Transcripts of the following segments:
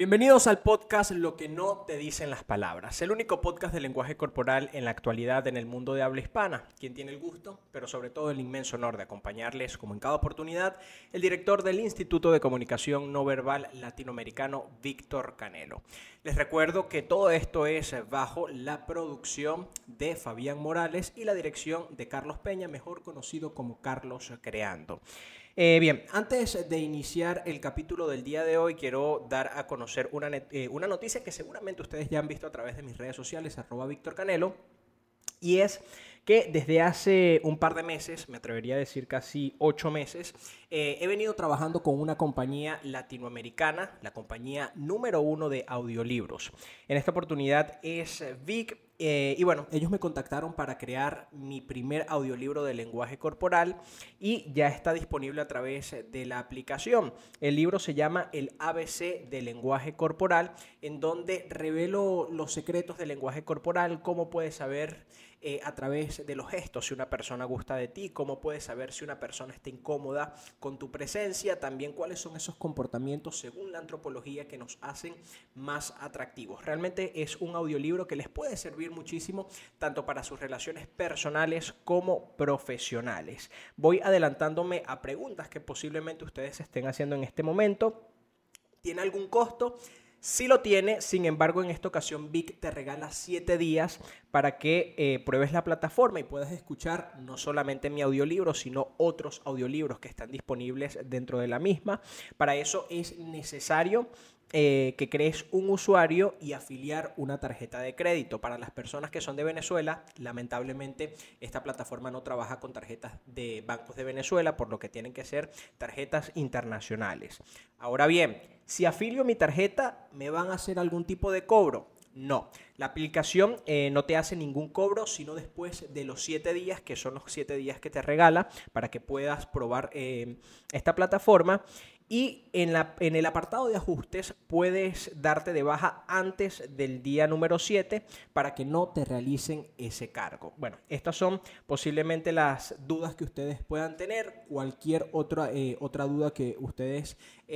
Bienvenidos al podcast Lo que no te dicen las palabras, el único podcast de lenguaje corporal en la actualidad en el mundo de habla hispana. Quien tiene el gusto, pero sobre todo el inmenso honor de acompañarles, como en cada oportunidad, el director del Instituto de Comunicación No Verbal Latinoamericano, Víctor Canelo. Les recuerdo que todo esto es bajo la producción de Fabián Morales y la dirección de Carlos Peña, mejor conocido como Carlos Creando. Bien, antes de iniciar el capítulo del día de hoy, quiero dar a conocer una noticia que seguramente ustedes ya han visto a través de mis redes sociales, @Víctor Canelo, y es que desde hace un par de meses, me atrevería a decir casi 8 meses, he venido trabajando con una compañía latinoamericana, la compañía número 1 de audiolibros. En esta oportunidad es Vic. Y bueno, ellos me contactaron para crear mi primer audiolibro de lenguaje corporal y ya está disponible a través de la aplicación. El libro se llama El ABC de lenguaje corporal, en donde revelo los secretos del lenguaje corporal, cómo puedes saber a través de los gestos si una persona gusta de ti, cómo puedes saber si una persona está incómoda con tu presencia, también cuáles son esos comportamientos según la antropología que nos hacen más atractivos. Realmente es un audiolibro que les puede servir muchísimo tanto para sus relaciones personales como profesionales. Voy adelantándome a preguntas que posiblemente ustedes estén haciendo en este momento. ¿Tiene algún costo? Sí lo tiene, sin embargo, en esta ocasión Vic te regala 7 días para que pruebes la plataforma y puedas escuchar no solamente mi audiolibro, sino otros audiolibros que están disponibles dentro de la misma. Para eso es necesario que crees un usuario y afiliar una tarjeta de crédito. Para las personas que son de Venezuela, lamentablemente esta plataforma no trabaja con tarjetas de bancos de Venezuela, por lo que tienen que ser tarjetas internacionales. Ahora bien, si afilio mi tarjeta, ¿me van a hacer algún tipo de cobro? No, la aplicación no te hace ningún cobro, sino después de los 7 días, que son los 7 días que te regala para que puedas probar esta plataforma. Y en el apartado de ajustes puedes darte de baja antes del día número 7 para que no te realicen ese cargo. Bueno, estas son posiblemente las dudas que ustedes puedan tener. Cualquier otra duda que ustedes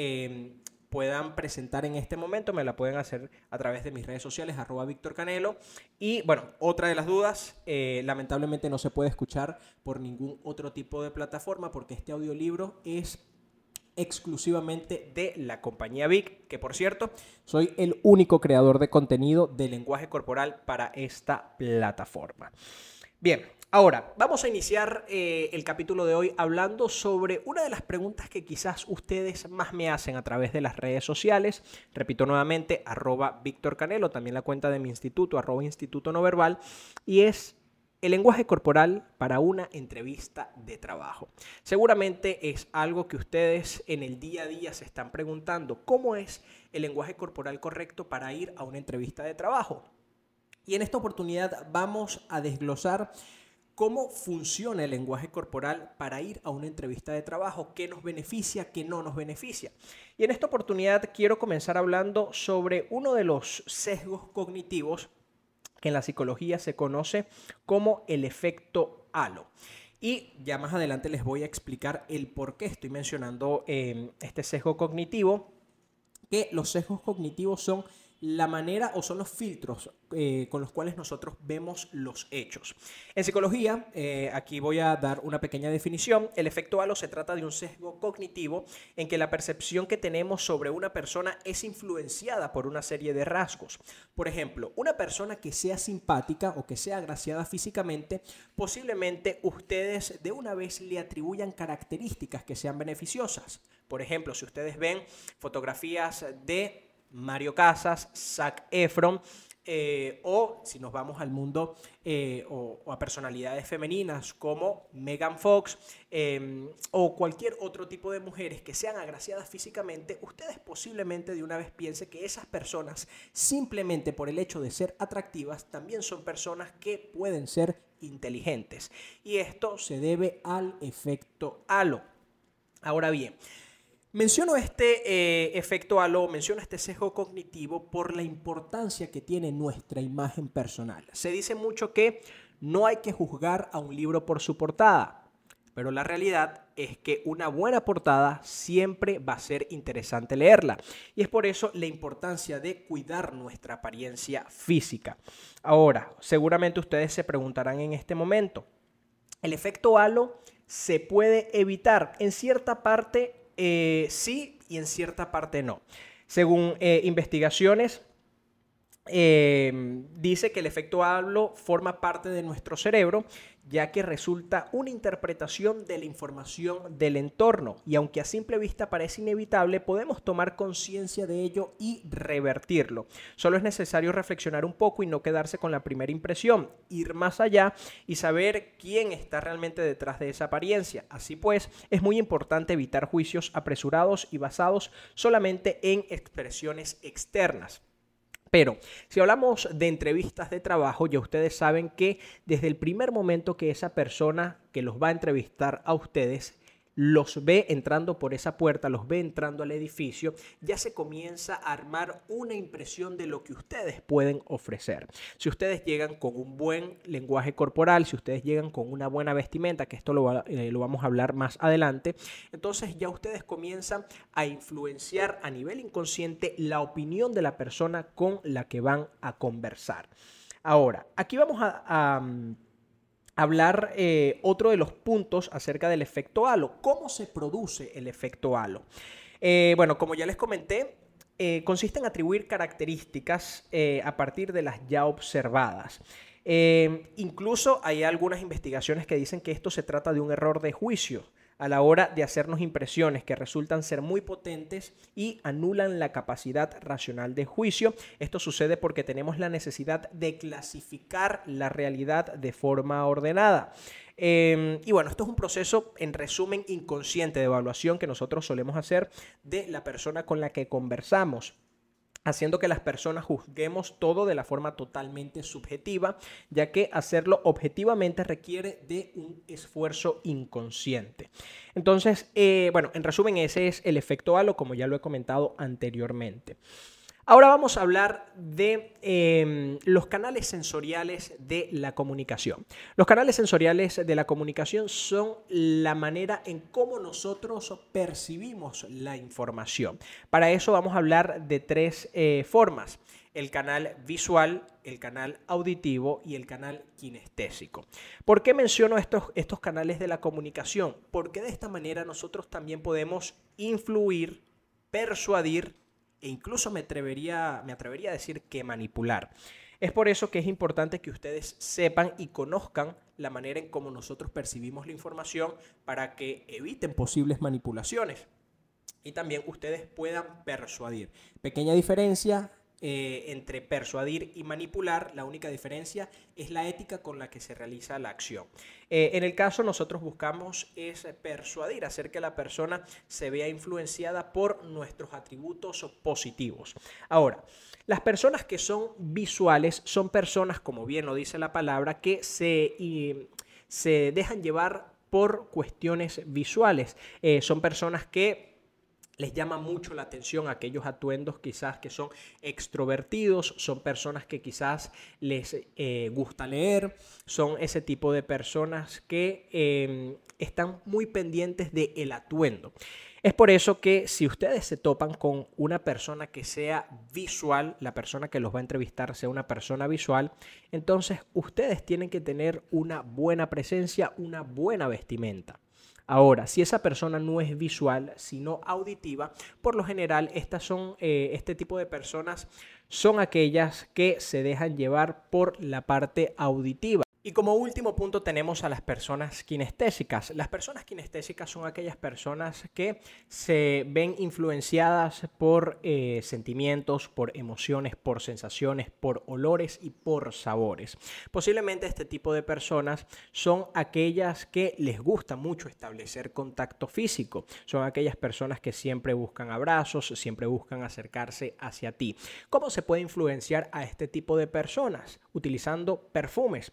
puedan presentar en este momento, me la pueden hacer a través de mis redes sociales, @Víctor Canelo. Y bueno, otra de las dudas, lamentablemente no se puede escuchar por ningún otro tipo de plataforma porque este audiolibro es exclusivamente de la compañía Vic, que por cierto, soy el único creador de contenido de lenguaje corporal para esta plataforma. Bien, ahora vamos a iniciar el capítulo de hoy hablando sobre una de las preguntas que quizás ustedes más me hacen a través de las redes sociales. Repito nuevamente, @Víctor Canelo, también la cuenta de mi instituto, @Instituto No Verbal, y es el lenguaje corporal para una entrevista de trabajo. Seguramente es algo que ustedes en el día a día se están preguntando, ¿cómo es el lenguaje corporal correcto para ir a una entrevista de trabajo? Y en esta oportunidad vamos a desglosar cómo funciona el lenguaje corporal para ir a una entrevista de trabajo, qué nos beneficia, qué no nos beneficia. Y en esta oportunidad quiero comenzar hablando sobre uno de los sesgos cognitivos que en la psicología se conoce como el efecto halo. Y ya más adelante les voy a explicar el por qué estoy mencionando este sesgo cognitivo, que los sesgos cognitivos son la manera o son los filtros con los cuales nosotros vemos los hechos. En psicología, aquí voy a dar una pequeña definición. El efecto halo se trata de un sesgo cognitivo en que la percepción que tenemos sobre una persona es influenciada por una serie de rasgos. Por ejemplo, una persona que sea simpática o que sea agraciada físicamente, posiblemente ustedes de una vez le atribuyan características que sean beneficiosas. Por ejemplo, si ustedes ven fotografías de Mario Casas, Zac Efron, o si nos vamos al mundo o a personalidades femeninas como Megan Fox o cualquier otro tipo de mujeres que sean agraciadas físicamente, ustedes posiblemente de una vez piensen que esas personas, simplemente por el hecho de ser atractivas, también son personas que pueden ser inteligentes. Y esto se debe al efecto halo. Ahora bien, menciono este efecto halo, menciono este sesgo cognitivo por la importancia que tiene nuestra imagen personal. Se dice mucho que no hay que juzgar a un libro por su portada. Pero la realidad es que una buena portada siempre va a ser interesante leerla. Y es por eso la importancia de cuidar nuestra apariencia física. Ahora, seguramente ustedes se preguntarán en este momento, ¿el efecto halo se puede evitar? En cierta parte sí y en cierta parte no. Según investigaciones, dice que el efecto halo forma parte de nuestro cerebro, ya que resulta una interpretación de la información del entorno, y aunque a simple vista parece inevitable, podemos tomar conciencia de ello y revertirlo. Solo es necesario reflexionar un poco y no quedarse con la primera impresión, ir más allá y saber quién está realmente detrás de esa apariencia. Así pues, es muy importante evitar juicios apresurados y basados solamente en expresiones externas. Pero si hablamos de entrevistas de trabajo, ya ustedes saben que desde el primer momento que esa persona que los va a entrevistar a ustedes los ve entrando por esa puerta, los ve entrando al edificio, ya se comienza a armar una impresión de lo que ustedes pueden ofrecer. Si ustedes llegan con un buen lenguaje corporal, si ustedes llegan con una buena vestimenta, que esto lo vamos a hablar más adelante, entonces ya ustedes comienzan a influenciar a nivel inconsciente la opinión de la persona con la que van a conversar. Ahora, aquí vamos a hablar otro de los puntos acerca del efecto halo. ¿Cómo se produce el efecto halo? Bueno, como ya les comenté, consiste en atribuir características a partir de las ya observadas. Incluso hay algunas investigaciones que dicen que esto se trata de un error de juicio a la hora de hacernos impresiones que resultan ser muy potentes y anulan la capacidad racional de juicio. Esto sucede porque tenemos la necesidad de clasificar la realidad de forma ordenada. Y bueno, esto es un proceso, en resumen, inconsciente de evaluación que nosotros solemos hacer de la persona con la que conversamos, haciendo que las personas juzguemos todo de la forma totalmente subjetiva, ya que hacerlo objetivamente requiere de un esfuerzo inconsciente. Entonces, bueno, en resumen, ese es el efecto halo, como ya lo he comentado anteriormente. Ahora vamos a hablar de los canales sensoriales de la comunicación. Los canales sensoriales de la comunicación son la manera en cómo nosotros percibimos la información. Para eso vamos a hablar de tres formas: el canal visual, el canal auditivo y el canal kinestésico. ¿Por qué menciono estos canales de la comunicación? Porque de esta manera nosotros también podemos influir, persuadir, e incluso me atrevería a decir que manipular. Es por eso que es importante que ustedes sepan y conozcan la manera en cómo nosotros percibimos la información para que eviten posibles manipulaciones y también ustedes puedan persuadir. Pequeña diferencia entre persuadir y manipular. La única diferencia es la ética con la que se realiza la acción. En el caso, nosotros buscamos es persuadir, hacer que la persona se vea influenciada por nuestros atributos positivos. Ahora, las personas que son visuales son personas, como bien lo dice la palabra, que se dejan llevar por cuestiones visuales. Son personas que les llama mucho la atención aquellos atuendos quizás que son extrovertidos, son personas que quizás les gusta leer, son ese tipo de personas que están muy pendientes del atuendo. Es por eso que si ustedes se topan con una persona que sea visual, la persona que los va a entrevistar sea una persona visual, entonces ustedes tienen que tener una buena presencia, una buena vestimenta. Ahora, si esa persona no es visual, sino auditiva, por lo general este tipo de personas son aquellas que se dejan llevar por la parte auditiva. Y como último punto tenemos a las personas kinestésicas. Las personas kinestésicas son aquellas personas que se ven influenciadas por sentimientos, por emociones, por sensaciones, por olores y por sabores. Posiblemente este tipo de personas son aquellas que les gusta mucho establecer contacto físico. Son aquellas personas que siempre buscan abrazos, siempre buscan acercarse hacia ti. ¿Cómo se puede influenciar a este tipo de personas? Utilizando perfumes.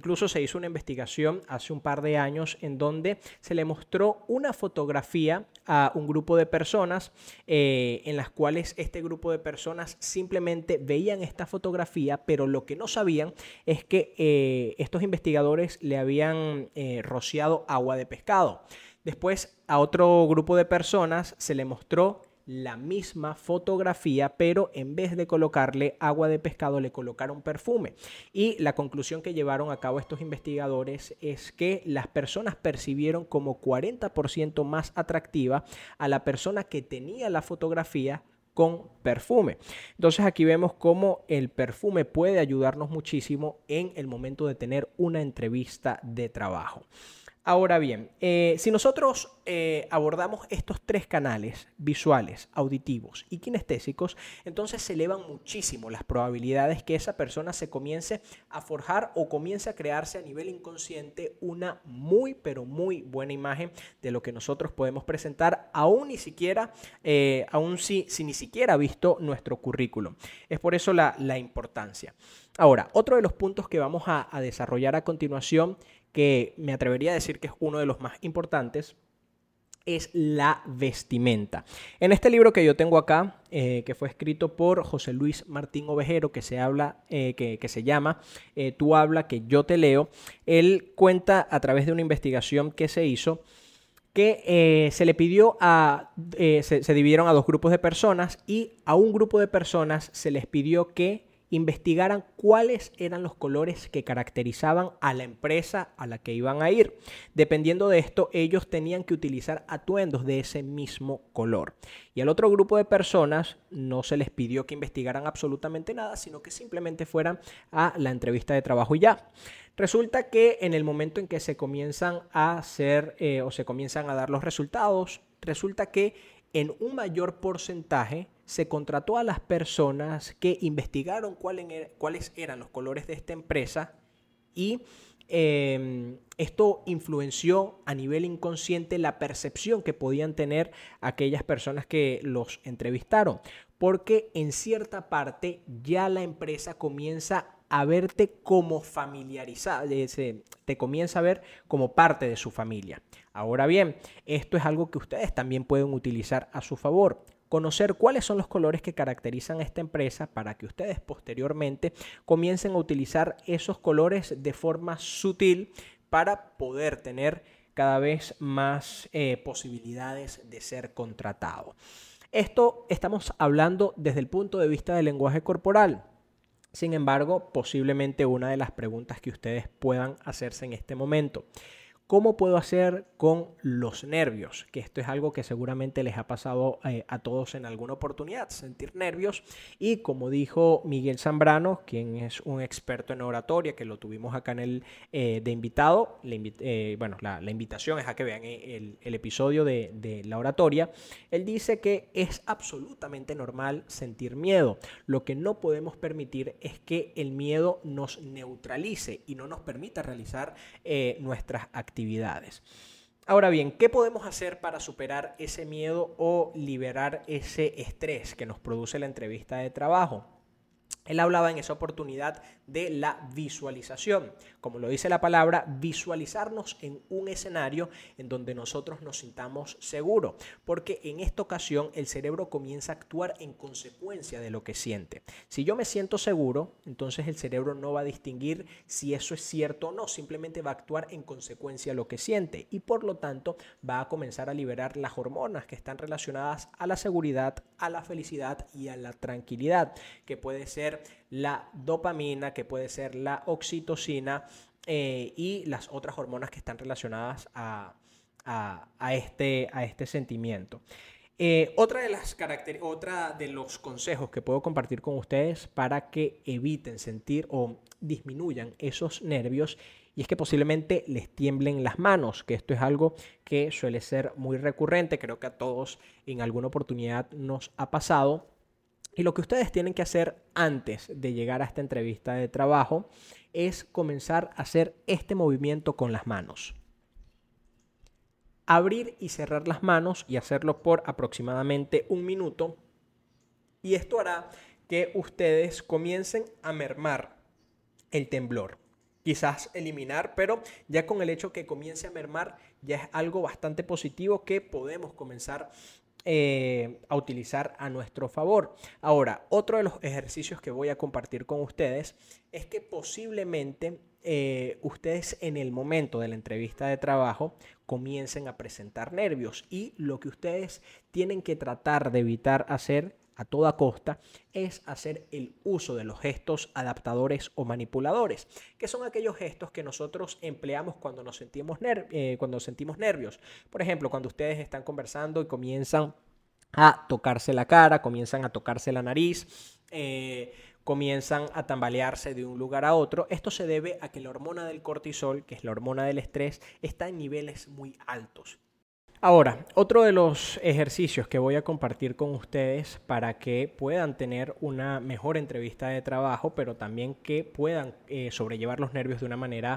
Incluso se hizo una investigación hace un par de años en donde se le mostró una fotografía a un grupo de personas en las cuales este grupo de personas simplemente veían esta fotografía, pero lo que no sabían es que estos investigadores le habían rociado agua de pescado. Después a otro grupo de personas se le mostró la misma fotografía, pero en vez de colocarle agua de pescado le colocaron perfume. Y la conclusión que llevaron a cabo estos investigadores es que las personas percibieron como 40% más atractiva a la persona que tenía la fotografía con perfume. Entonces aquí vemos cómo el perfume puede ayudarnos muchísimo en el momento de tener una entrevista de trabajo. Ahora bien, si nosotros abordamos estos tres canales, visuales, auditivos y kinestésicos, entonces se elevan muchísimo las probabilidades que esa persona se comience a forjar o comience a crearse a nivel inconsciente una muy, pero muy buena imagen de lo que nosotros podemos presentar, aún si ni siquiera ha visto nuestro currículum. Es por eso la importancia. Ahora, otro de los puntos que vamos a desarrollar a continuación, que me atrevería a decir que es uno de los más importantes, es la vestimenta. En este libro que yo tengo acá, que fue escrito por José Luis Martín Ovejero, que se llama Tú habla que yo te leo, él cuenta a través de una investigación que se hizo que se le pidió se dividieron a dos grupos de personas y a un grupo de personas se les pidió que investigaran cuáles eran los colores que caracterizaban a la empresa a la que iban a ir. Dependiendo de esto, ellos tenían que utilizar atuendos de ese mismo color. Y al otro grupo de personas no se les pidió que investigaran absolutamente nada, sino que simplemente fueran a la entrevista de trabajo y ya. Resulta que en el momento en que se comienzan a hacer o se comienzan a dar los resultados, resulta que en un mayor porcentaje se contrató a las personas que investigaron cuáles eran los colores de esta empresa y esto influenció a nivel inconsciente la percepción que podían tener aquellas personas que los entrevistaron, porque en cierta parte ya la empresa comienza a verte como familiarizada, te comienza a ver como parte de su familia. Ahora bien, esto es algo que ustedes también pueden utilizar a su favor. Conocer cuáles son los colores que caracterizan a esta empresa para que ustedes posteriormente comiencen a utilizar esos colores de forma sutil para poder tener cada vez más posibilidades de ser contratado. Esto estamos hablando desde el punto de vista del lenguaje corporal. Sin embargo, posiblemente una de las preguntas que ustedes puedan hacerse en este momento: ¿cómo puedo hacer con los nervios? Que esto es algo que seguramente les ha pasado a todos en alguna oportunidad, sentir nervios. Y como dijo Miguel Zambrano, quien es un experto en oratoria, que lo tuvimos acá de invitado, la invitación es a que vean el episodio de la oratoria. Él dice que es absolutamente normal sentir miedo. Lo que no podemos permitir es que el miedo nos neutralice y no nos permita realizar nuestras actividades. Ahora bien, ¿qué podemos hacer para superar ese miedo o liberar ese estrés que nos produce la entrevista de trabajo? Él hablaba en esa oportunidad de la visualización. Como lo dice la palabra, visualizarnos en un escenario en donde nosotros nos sintamos seguros, porque en esta ocasión el cerebro comienza a actuar en consecuencia de lo que siente. Si yo me siento seguro, entonces el cerebro no va a distinguir si eso es cierto o no, simplemente va a actuar en consecuencia de lo que siente y por lo tanto va a comenzar a liberar las hormonas que están relacionadas a la seguridad, a la felicidad y a la tranquilidad, que puede ser la dopamina, que puede ser la oxitocina y las otras hormonas que están relacionadas a este sentimiento. Otra de los consejos que puedo compartir con ustedes para que eviten sentir o disminuyan esos nervios, y es que posiblemente les tiemblen las manos, que esto es algo que suele ser muy recurrente, creo que a todos en alguna oportunidad nos ha pasado. Y lo que ustedes tienen que hacer antes de llegar a esta entrevista de trabajo es comenzar a hacer este movimiento con las manos. Abrir y cerrar las manos y hacerlo por aproximadamente 1 minuto. Y esto hará que ustedes comiencen a mermar el temblor. quizás eliminar, pero ya con el hecho que comience a mermar ya es algo bastante positivo que podemos comenzar a utilizar a nuestro favor. Ahora, otro de los ejercicios que voy a compartir con ustedes es que posiblemente ustedes en el momento de la entrevista de trabajo comiencen a presentar nervios, y lo que ustedes tienen que tratar de evitar hacer a toda costa es hacer el uso de los gestos adaptadores o manipuladores, que son aquellos gestos que nosotros empleamos cuando nos sentimos nervios. Por ejemplo, cuando ustedes están conversando y comienzan a tocarse la cara, comienzan a tocarse la nariz, comienzan a tambalearse de un lugar a otro. Esto se debe a que la hormona del cortisol, que es la hormona del estrés, está en niveles muy altos. Ahora, otro de los ejercicios que voy a compartir con ustedes para que puedan tener una mejor entrevista de trabajo, pero también que puedan sobrellevar los nervios de una manera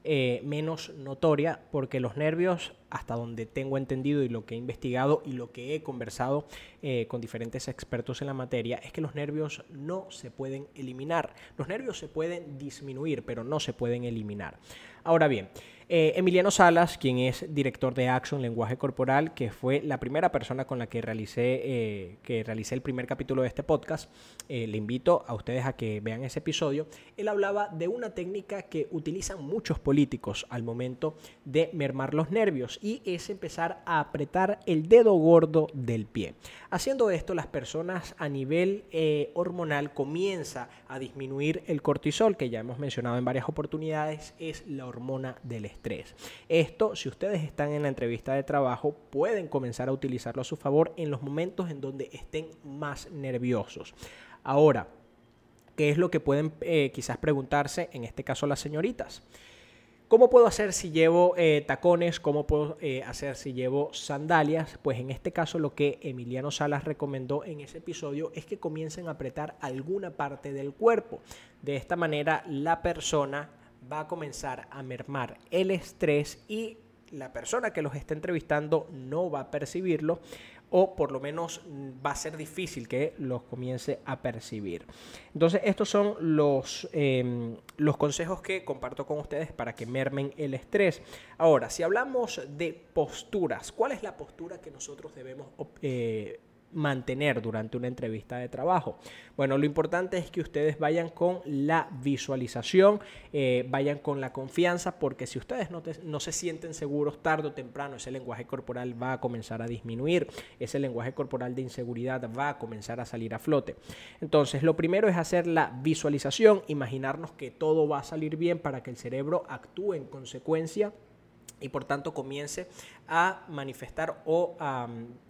menos notoria, porque los nervios, hasta donde tengo entendido y lo que he investigado y lo que he conversado con diferentes expertos en la materia, es que los nervios no se pueden eliminar. Los nervios se pueden disminuir, pero no se pueden eliminar. Ahora bien, Emiliano Salas, quien es director de Action Lenguaje Corporal, que fue la primera persona con la que realicé el primer capítulo de este podcast, le invito a ustedes a que vean ese episodio. Él hablaba de una técnica que utilizan muchos políticos al momento de mermar los nervios, y es empezar a apretar el dedo gordo del pie. Haciendo esto, las personas a nivel hormonal comienza a disminuir el cortisol, que ya hemos mencionado en varias oportunidades, es la hormona del estrés. Esto, si ustedes están en la entrevista de trabajo, pueden comenzar a utilizarlo a su favor en los momentos en donde estén más nerviosos. Ahora, ¿qué es lo que pueden quizás preguntarse, en este caso las señoritas? ¿Cómo puedo hacer si llevo tacones? ¿Cómo puedo hacer si llevo sandalias? Pues en este caso lo que Emiliano Salas recomendó en ese episodio es que comiencen a apretar alguna parte del cuerpo. De esta manera la persona va a comenzar a mermar el estrés y la persona que los está entrevistando no va a percibirlo, o por lo menos va a ser difícil que los comience a percibir. Entonces, estos son los consejos que comparto con ustedes para que mermen el estrés. Ahora, si hablamos de posturas, ¿cuál es la postura que nosotros debemos mantener durante una entrevista de trabajo? Bueno, lo importante es que ustedes vayan con la visualización, vayan con la confianza, porque si ustedes no se sienten seguros, tarde o temprano ese lenguaje corporal va a comenzar a disminuir, ese lenguaje corporal de inseguridad va a comenzar a salir a flote. Entonces, lo primero es hacer la visualización, imaginarnos que todo va a salir bien para que el cerebro actúe en consecuencia y por tanto comience a manifestar o a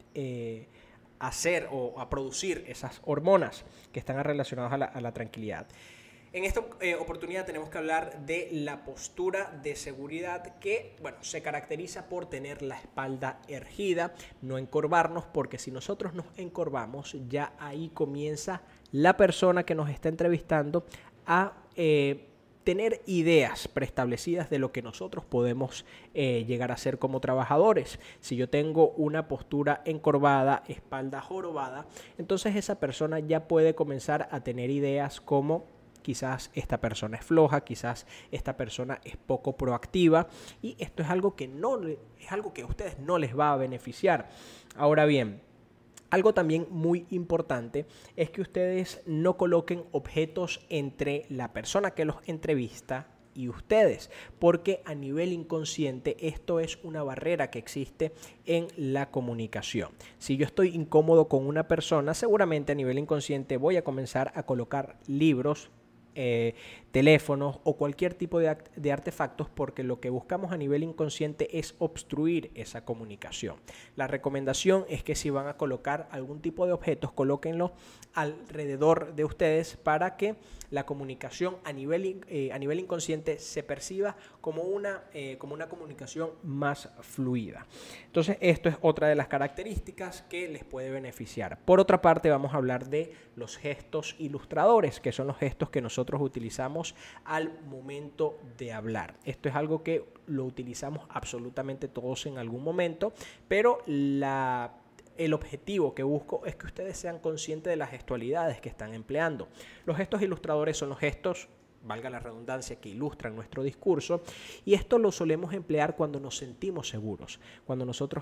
hacer o a producir esas hormonas que están relacionadas a la tranquilidad. En esta oportunidad tenemos que hablar de la postura de seguridad que, bueno, se caracteriza por tener la espalda erguida, no encorvarnos, porque si nosotros nos encorvamos, ya ahí comienza la persona que nos está entrevistando a tener ideas preestablecidas de lo que nosotros podemos llegar a ser como trabajadores. Si yo tengo una postura encorvada, espalda jorobada, entonces esa persona ya puede comenzar a tener ideas como quizás esta persona es floja, quizás esta persona es poco proactiva, y esto es algo que a ustedes no les va a beneficiar. Ahora bien, algo también muy importante es que ustedes no coloquen objetos entre la persona que los entrevista y ustedes, porque a nivel inconsciente esto es una barrera que existe en la comunicación. Si yo estoy incómodo con una persona, seguramente a nivel inconsciente voy a comenzar a colocar libros, teléfonos o cualquier tipo de artefactos, porque lo que buscamos a nivel inconsciente es obstruir esa comunicación. La recomendación es que si van a colocar algún tipo de objetos, colóquenlo alrededor de ustedes para que la comunicación a nivel inconsciente se perciba como una comunicación más fluida. Entonces, esto es otra de las características que les puede beneficiar. Por otra parte, vamos a hablar de los gestos ilustradores, que son los gestos que nosotros utilizamos al momento de hablar. Esto es algo que lo utilizamos absolutamente todos en algún momento, pero el objetivo que busco es que ustedes sean conscientes de las gestualidades que están empleando. Los gestos ilustradores son los gestos valga la redundancia, que ilustran nuestro discurso, y esto lo solemos emplear cuando nos sentimos seguros, cuando nosotros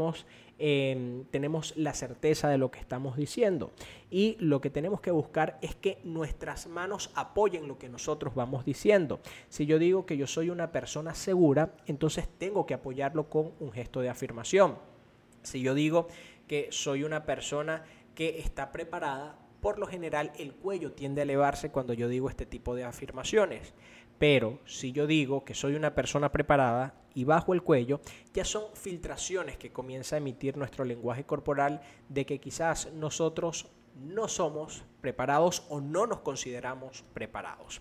tenemos la certeza de lo que estamos diciendo, y lo que tenemos que buscar es que nuestras manos apoyen lo que nosotros vamos diciendo. Si yo digo que yo soy una persona segura, entonces tengo que apoyarlo con un gesto de afirmación. Si yo digo que soy una persona que está preparada, por lo general el cuello tiende a elevarse cuando yo digo este tipo de afirmaciones. Pero si yo digo que soy una persona preparada y bajo el cuello, ya son filtraciones que comienza a emitir nuestro lenguaje corporal de que quizás nosotros no somos preparados o no nos consideramos preparados.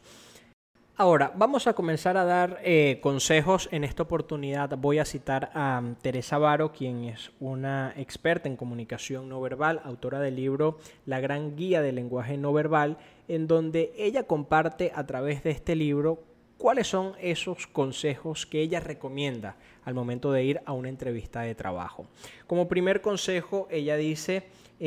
Ahora, vamos a comenzar a dar consejos. En esta oportunidad voy a citar a Teresa Varo, quien es una experta en comunicación no verbal, autora del libro La Gran Guía del Lenguaje No Verbal, en donde ella comparte a través de este libro cuáles son esos consejos que ella recomienda al momento de ir a una entrevista de trabajo. Como primer consejo, ella dice: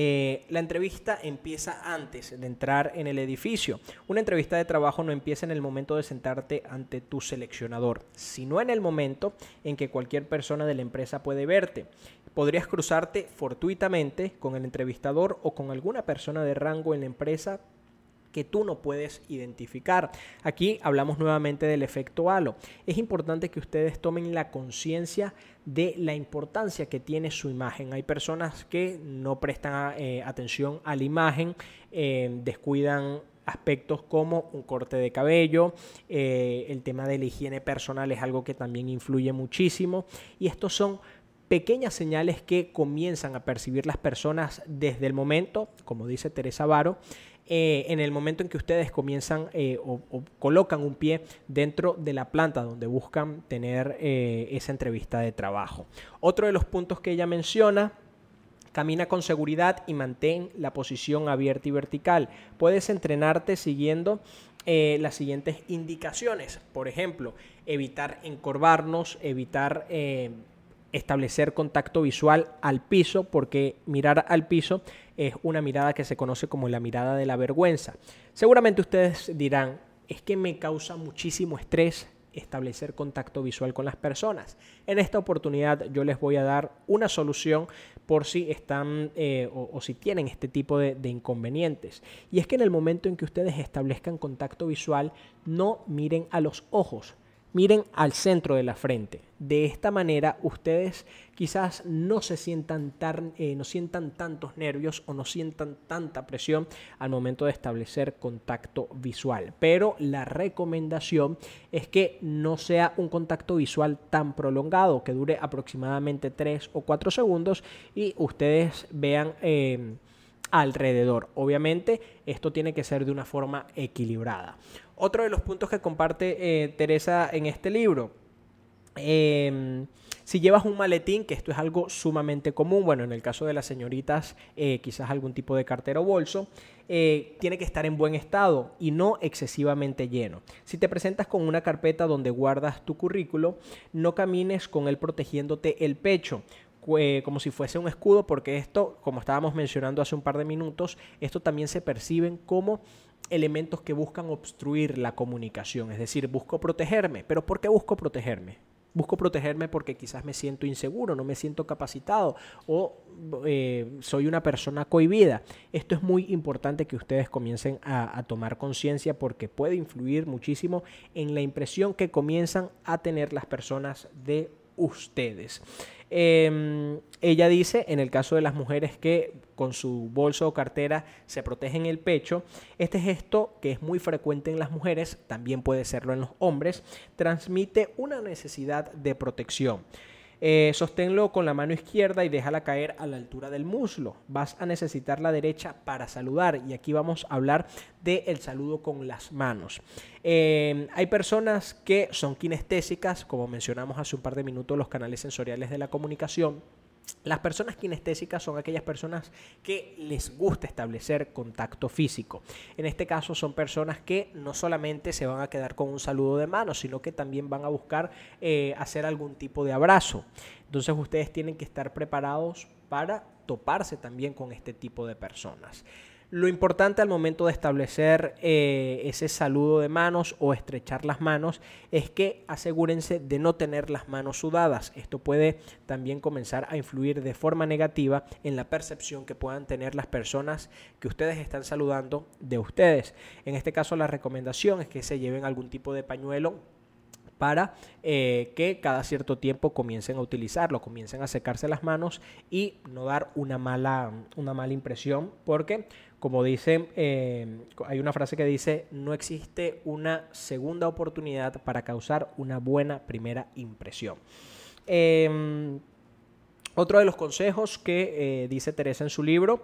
la entrevista empieza antes de entrar en el edificio. Una entrevista de trabajo no empieza en el momento de sentarte ante tu seleccionador, sino en el momento en que cualquier persona de la empresa puede verte. Podrías cruzarte fortuitamente con el entrevistador o con alguna persona de rango en la empresa que tú no puedes identificar. Aquí hablamos nuevamente del efecto halo. Es importante que ustedes tomen la conciencia de la importancia que tiene su imagen. Hay personas que no prestan atención a la imagen, descuidan aspectos como un corte de cabello, el tema de la higiene personal es algo que también influye muchísimo, y estos son pequeñas señales que comienzan a percibir las personas desde el momento, como dice Teresa Varo, en el momento en que ustedes comienzan o colocan un pie dentro de la planta donde buscan tener esa entrevista de trabajo. Otro de los puntos que ella menciona: camina con seguridad y mantén la posición abierta y vertical. Puedes entrenarte siguiendo las siguientes indicaciones. Por ejemplo, evitar encorvarnos, evitar establecer contacto visual al piso, porque mirar al piso es una mirada que se conoce como la mirada de la vergüenza. Seguramente ustedes dirán: es que me causa muchísimo estrés establecer contacto visual con las personas. En esta oportunidad yo les voy a dar una solución por si están o si tienen este tipo de inconvenientes. Y es que en el momento en que ustedes establezcan contacto visual, no miren a los ojos, miren al centro de la frente. De esta manera ustedes quizás no sientan tantos nervios o no sientan tanta presión al momento de establecer contacto visual. Pero la recomendación es que no sea un contacto visual tan prolongado, que dure aproximadamente 3 o 4 segundos y ustedes vean alrededor. Obviamente esto tiene que ser de una forma equilibrada. Otro de los puntos que comparte Teresa en este libro: si llevas un maletín, que esto es algo sumamente común, bueno, en el caso de las señoritas, quizás algún tipo de cartera o bolso, tiene que estar en buen estado y no excesivamente lleno. Si te presentas con una carpeta donde guardas tu currículo, no camines con él protegiéndote el pecho, como si fuese un escudo, porque esto, como estábamos mencionando hace un par de minutos, esto también se perciben como elementos que buscan obstruir la comunicación. Es decir, busco protegerme. ¿Pero por qué busco protegerme? Busco protegerme porque quizás me siento inseguro, no me siento capacitado o soy una persona cohibida. Esto es muy importante que ustedes comiencen a tomar conciencia, porque puede influir muchísimo en la impresión que comienzan a tener las personas de ustedes. Ella dice, en el caso de las mujeres que con su bolso o cartera se protegen el pecho, este gesto, que es muy frecuente en las mujeres, también puede serlo en los hombres, transmite una necesidad de protección. Sosténlo con la mano izquierda y déjala caer a la altura del muslo. Vas a necesitar la derecha para saludar, y aquí vamos a hablar del saludo con las manos. Hay personas que son kinestésicas, como mencionamos hace un par de minutos, los canales sensoriales de la comunicación. Las personas kinestésicas son aquellas personas que les gusta establecer contacto físico. En este caso son personas que no solamente se van a quedar con un saludo de mano, sino que también van a buscar hacer algún tipo de abrazo. Entonces ustedes tienen que estar preparados para toparse también con este tipo de personas. Lo importante al momento de establecer ese saludo de manos o estrechar las manos es que asegúrense de no tener las manos sudadas. Esto puede también comenzar a influir de forma negativa en la percepción que puedan tener las personas que ustedes están saludando de ustedes. En este caso, la recomendación es que se lleven algún tipo de pañuelo para que cada cierto tiempo comiencen a utilizarlo, comiencen a secarse las manos y no dar una mala impresión, porque como dicen, hay una frase que dice: no existe una segunda oportunidad para causar una buena primera impresión. Otro de los consejos que dice Teresa en su libro,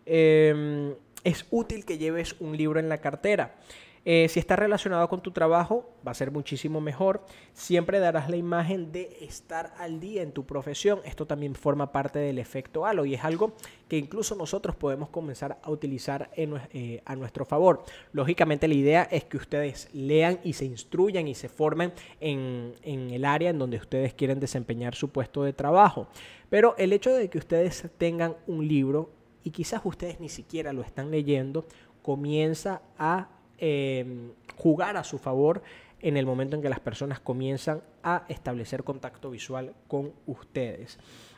es útil que lleves un libro en la cartera. Si está relacionado con tu trabajo, va a ser muchísimo mejor. Siempre darás la imagen de estar al día en tu profesión. Esto también forma parte del efecto halo y es algo que incluso nosotros podemos comenzar a utilizar a nuestro favor. Lógicamente, la idea es que ustedes lean y se instruyan y se formen en el área en donde ustedes quieren desempeñar su puesto de trabajo. Pero el hecho de que ustedes tengan un libro y quizás ustedes ni siquiera lo están leyendo, comienza a jugar a su favor en el momento en que las personas comienzan a establecer contacto visual con ustedes.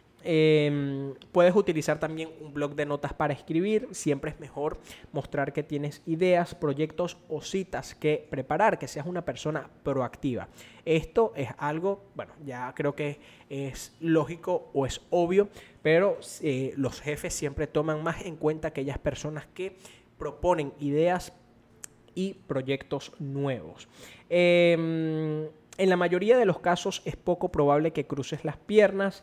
Puedes utilizar también un bloc de notas para escribir. Siempre es mejor mostrar que tienes ideas, proyectos o citas que preparar, que seas una persona proactiva. Esto es algo, bueno, ya creo que es lógico o es obvio, pero los jefes siempre toman más en cuenta aquellas personas que proponen ideas y proyectos nuevos. En la mayoría de los casos es poco probable que cruces las piernas,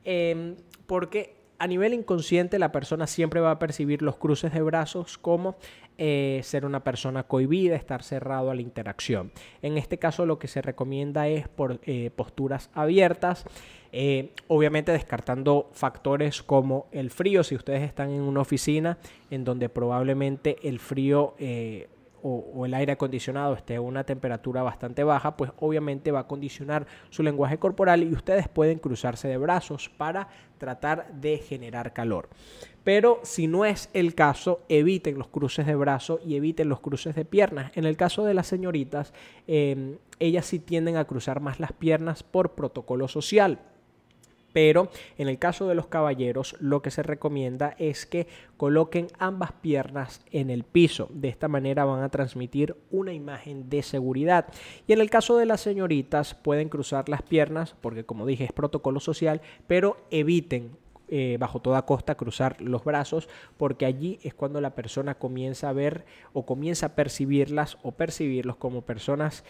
porque a nivel inconsciente la persona siempre va a percibir los cruces de brazos como ser una persona cohibida, estar cerrado a la interacción. En este caso lo que se recomienda es posturas abiertas, obviamente descartando factores como el frío. Si ustedes están en una oficina en donde probablemente el frío o el aire acondicionado esté a una temperatura bastante baja, pues obviamente va a condicionar su lenguaje corporal y ustedes pueden cruzarse de brazos para tratar de generar calor. Pero si no es el caso, eviten los cruces de brazos y eviten los cruces de piernas. En el caso de las señoritas, ellas sí tienden a cruzar más las piernas por protocolo social. Pero en el caso de los caballeros, lo que se recomienda es que coloquen ambas piernas en el piso. De esta manera van a transmitir una imagen de seguridad. Y en el caso de las señoritas, pueden cruzar las piernas, porque como dije es protocolo social, pero eviten bajo toda costa cruzar los brazos, porque allí es cuando la persona comienza a ver o comienza a percibirlas o percibirlos como personas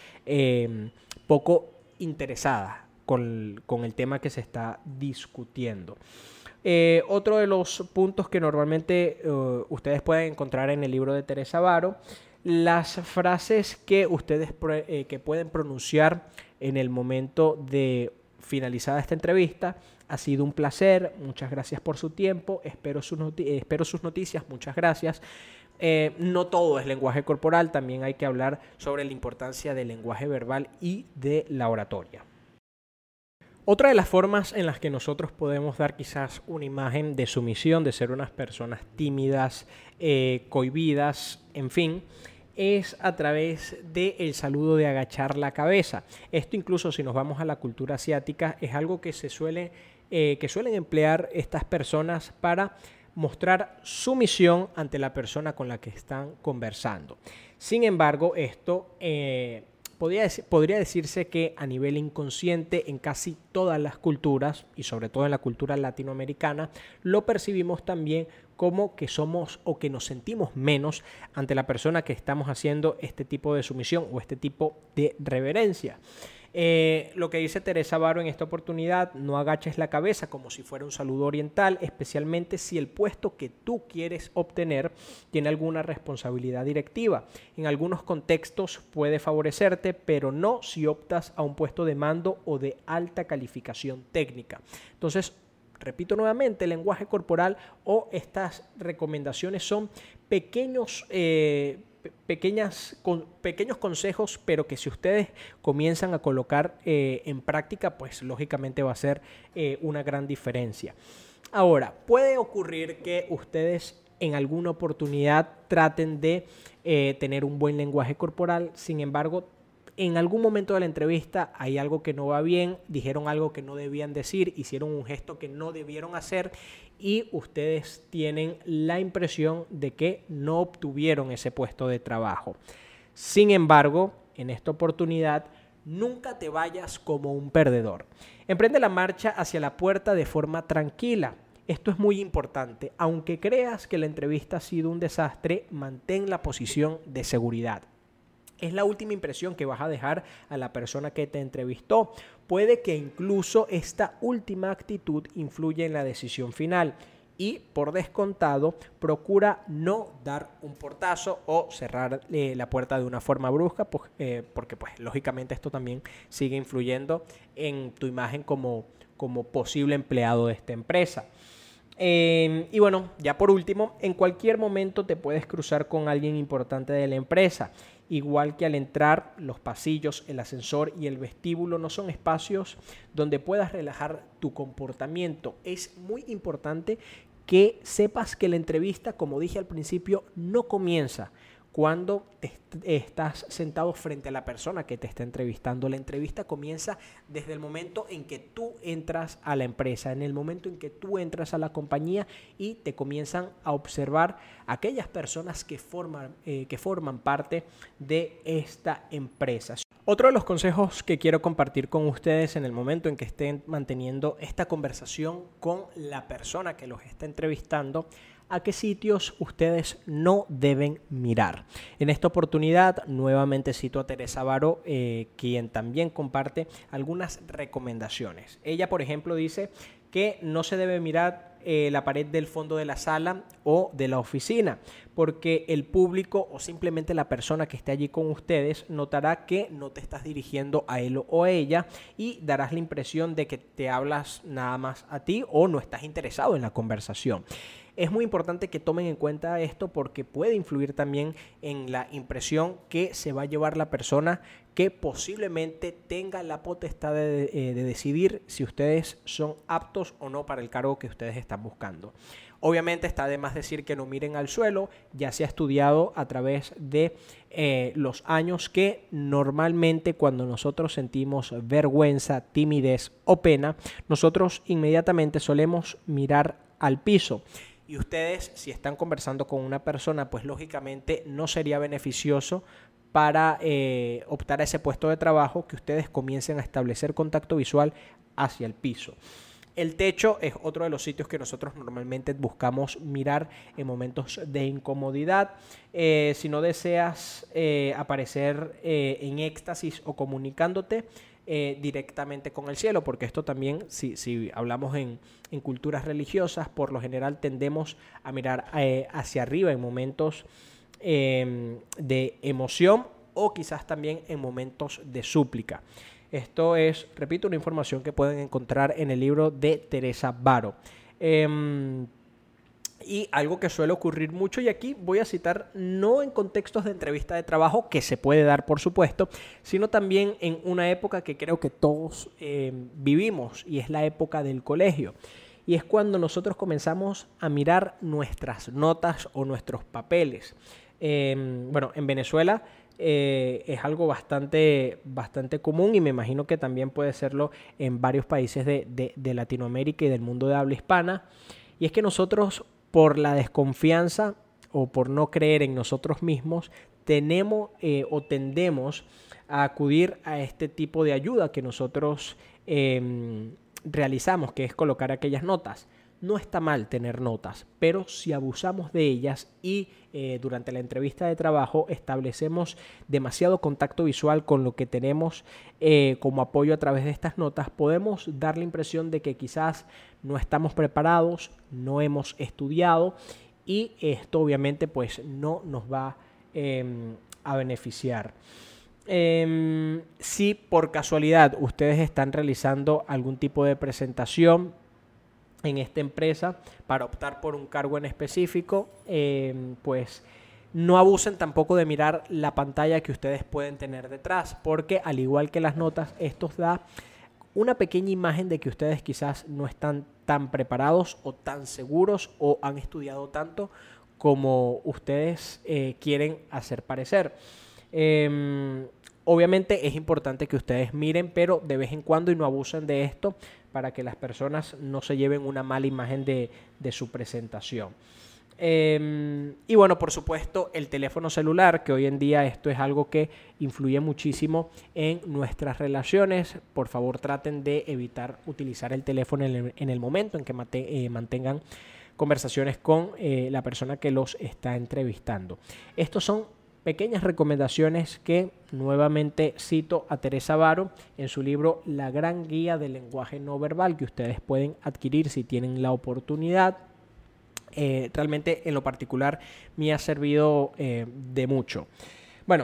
poco interesadas con el tema que se está discutiendo. Otro de los puntos que normalmente ustedes pueden encontrar en el libro de Teresa Varo, las frases que ustedes que pueden pronunciar en el momento de finalizada esta entrevista. Ha sido un placer, muchas gracias por su tiempo, espero sus noticias, muchas gracias. No todo es lenguaje corporal, también hay que hablar sobre la importancia del lenguaje verbal y de la oratoria. Otra de las formas en las que nosotros podemos dar quizás una imagen de sumisión, de ser unas personas tímidas, cohibidas, en fin, es a través del saludo de agachar la cabeza. Esto incluso si nos vamos a la cultura asiática es algo que suelen emplear estas personas para mostrar sumisión ante la persona con la que están conversando. Sin embargo, esto podría decirse que a nivel inconsciente en casi todas las culturas y sobre todo en la cultura latinoamericana lo percibimos también como que somos o que nos sentimos menos ante la persona que estamos haciendo este tipo de sumisión o este tipo de reverencia. Lo que dice Teresa Varo en esta oportunidad: no agaches la cabeza como si fuera un saludo oriental, especialmente si el puesto que tú quieres obtener tiene alguna responsabilidad directiva. En algunos contextos puede favorecerte, pero no si optas a un puesto de mando o de alta calificación técnica. Entonces, repito nuevamente, el lenguaje corporal o estas recomendaciones son pequeños consejos, pero que si ustedes comienzan a colocar en práctica, pues lógicamente va a ser una gran diferencia. Ahora, puede ocurrir que ustedes en alguna oportunidad traten de tener un buen lenguaje corporal. Sin embargo, en algún momento de la entrevista hay algo que no va bien, dijeron algo que no debían decir, hicieron un gesto que no debieron hacer y ustedes tienen la impresión de que no obtuvieron ese puesto de trabajo. Sin embargo, en esta oportunidad, nunca te vayas como un perdedor. Emprende la marcha hacia la puerta de forma tranquila. Esto es muy importante. Aunque creas que la entrevista ha sido un desastre, mantén la posición de seguridad. Es la última impresión que vas a dejar a la persona que te entrevistó. Puede que incluso esta última actitud influya en la decisión final. Y por descontado, procura no dar un portazo o cerrar la puerta de una forma brusca, porque pues lógicamente esto también sigue influyendo en tu imagen como posible empleado de esta empresa. Y bueno, ya por último, en cualquier momento te puedes cruzar con alguien importante de la empresa. Igual que al entrar, los pasillos, el ascensor y el vestíbulo no son espacios donde puedas relajar tu comportamiento. Es muy importante que sepas que la entrevista, como dije al principio, no comienza cuando estás sentado frente a la persona que te está entrevistando. La entrevista comienza desde el momento en que tú entras a la empresa, en el momento en que tú entras a la compañía y te comienzan a observar aquellas personas que forman parte de esta empresa. Otro de los consejos que quiero compartir con ustedes en el momento en que estén manteniendo esta conversación con la persona que los está entrevistando, a qué sitios ustedes no deben mirar. En esta oportunidad, nuevamente cito a Teresa Varo, quien también comparte algunas recomendaciones. Ella, por ejemplo, dice que no se debe mirar la pared del fondo de la sala o de la oficina, porque el público o simplemente la persona que esté allí con ustedes notará que no te estás dirigiendo a él o a ella y darás la impresión de que te hablas nada más a ti o no estás interesado en la conversación. Es muy importante que tomen en cuenta esto porque puede influir también en la impresión que se va a llevar la persona que posiblemente tenga la potestad de decidir si ustedes son aptos o no para el cargo que ustedes están buscando. Obviamente está de más decir que no miren al suelo, ya se ha estudiado a través de los años que normalmente cuando nosotros sentimos vergüenza, timidez o pena, nosotros inmediatamente solemos mirar al piso. Y ustedes, si están conversando con una persona, pues lógicamente no sería beneficioso para optar a ese puesto de trabajo que ustedes comiencen a establecer contacto visual hacia el piso. El techo es otro de los sitios que nosotros normalmente buscamos mirar en momentos de incomodidad. Si no deseas aparecer en éxtasis o comunicándote directamente con el cielo, porque esto también, si hablamos en culturas religiosas, por lo general tendemos a mirar hacia arriba en momentos de emoción o quizás también en momentos de súplica. Esto es, repito, una información que pueden encontrar en el libro de Teresa Varo. Y algo que suele ocurrir mucho, y aquí voy a citar no en contextos de entrevista de trabajo, que se puede dar por supuesto, sino también en una época que creo que todos vivimos, y es la época del colegio. Y es cuando nosotros comenzamos a mirar nuestras notas o nuestros papeles. Bueno, en Venezuela es algo bastante común y me imagino que también puede serlo en varios países de Latinoamérica y del mundo de habla hispana. Y es que nosotros, por la desconfianza o por no creer en nosotros mismos, tendemos a acudir a este tipo de ayuda que nosotros realizamos, que es colocar aquellas notas. No está mal tener notas, pero si abusamos de ellas y durante la entrevista de trabajo establecemos demasiado contacto visual con lo que tenemos como apoyo a través de estas notas, podemos dar la impresión de que quizás no estamos preparados, no hemos estudiado y esto obviamente pues no nos va a beneficiar. Si por casualidad ustedes están realizando algún tipo de presentación en esta empresa para optar por un cargo en específico, pues no abusen tampoco de mirar la pantalla que ustedes pueden tener detrás, porque al igual que las notas, esto da una pequeña imagen de que ustedes quizás no están tan preparados o tan seguros o han estudiado tanto como ustedes quieren hacer parecer. Obviamente es importante que ustedes miren, pero de vez en cuando y no abusen de esto para que las personas no se lleven una mala imagen de su presentación. Y bueno, por supuesto, el teléfono celular, que hoy en día esto es algo que influye muchísimo en nuestras relaciones. Por favor, traten de evitar utilizar el teléfono en el momento en que mantengan conversaciones con la persona que los está entrevistando. Estos son pequeñas recomendaciones que nuevamente cito a Teresa Varo en su libro La Gran Guía del Lenguaje No Verbal, que ustedes pueden adquirir si tienen la oportunidad. Realmente en lo particular me ha servido de mucho. Bueno,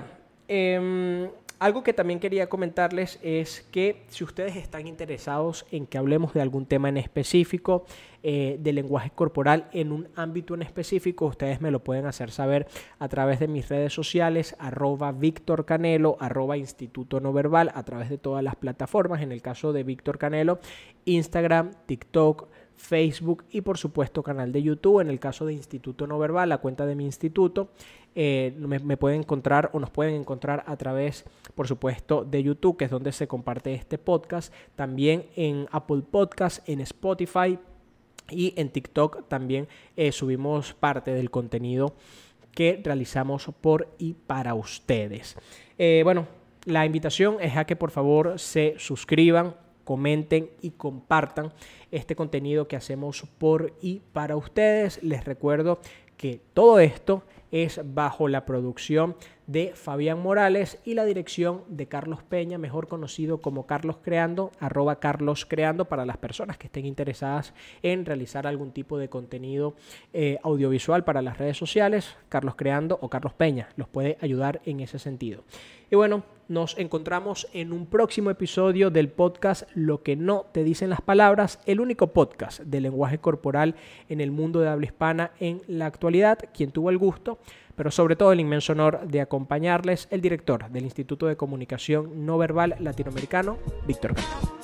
algo que también quería comentarles es que si ustedes están interesados en que hablemos de algún tema en específico, de lenguaje corporal en un ámbito en específico, ustedes me lo pueden hacer saber a través de mis redes sociales, @Víctor Canelo, @Instituto No Verbal, a través de todas las plataformas. En el caso de Víctor Canelo, Instagram, TikTok, Facebook y por supuesto canal de YouTube. En el caso de Instituto No Verbal, la cuenta de mi instituto, me pueden encontrar o nos pueden encontrar a través, por supuesto, de YouTube, que es donde se comparte este podcast. También en Apple Podcast, en Spotify y en TikTok también subimos parte del contenido que realizamos por y para ustedes. Bueno, la invitación es a que por favor se suscriban, comenten y compartan este contenido que hacemos por y para ustedes. Les recuerdo que todo esto es bajo la producción de Fabián Morales y la dirección de Carlos Peña, mejor conocido como Carlos Creando, @Carlos Creando, para las personas que estén interesadas en realizar algún tipo de contenido audiovisual para las redes sociales. Carlos Creando o Carlos Peña los puede ayudar en ese sentido. Y bueno, nos encontramos en un próximo episodio del podcast Lo que no te dicen las palabras, el único podcast de lenguaje corporal en el mundo de habla hispana en la actualidad. Quien tuvo el gusto, pero sobre todo el inmenso honor de acompañarles, el director del Instituto de Comunicación No Verbal Latinoamericano, Víctor Canelo.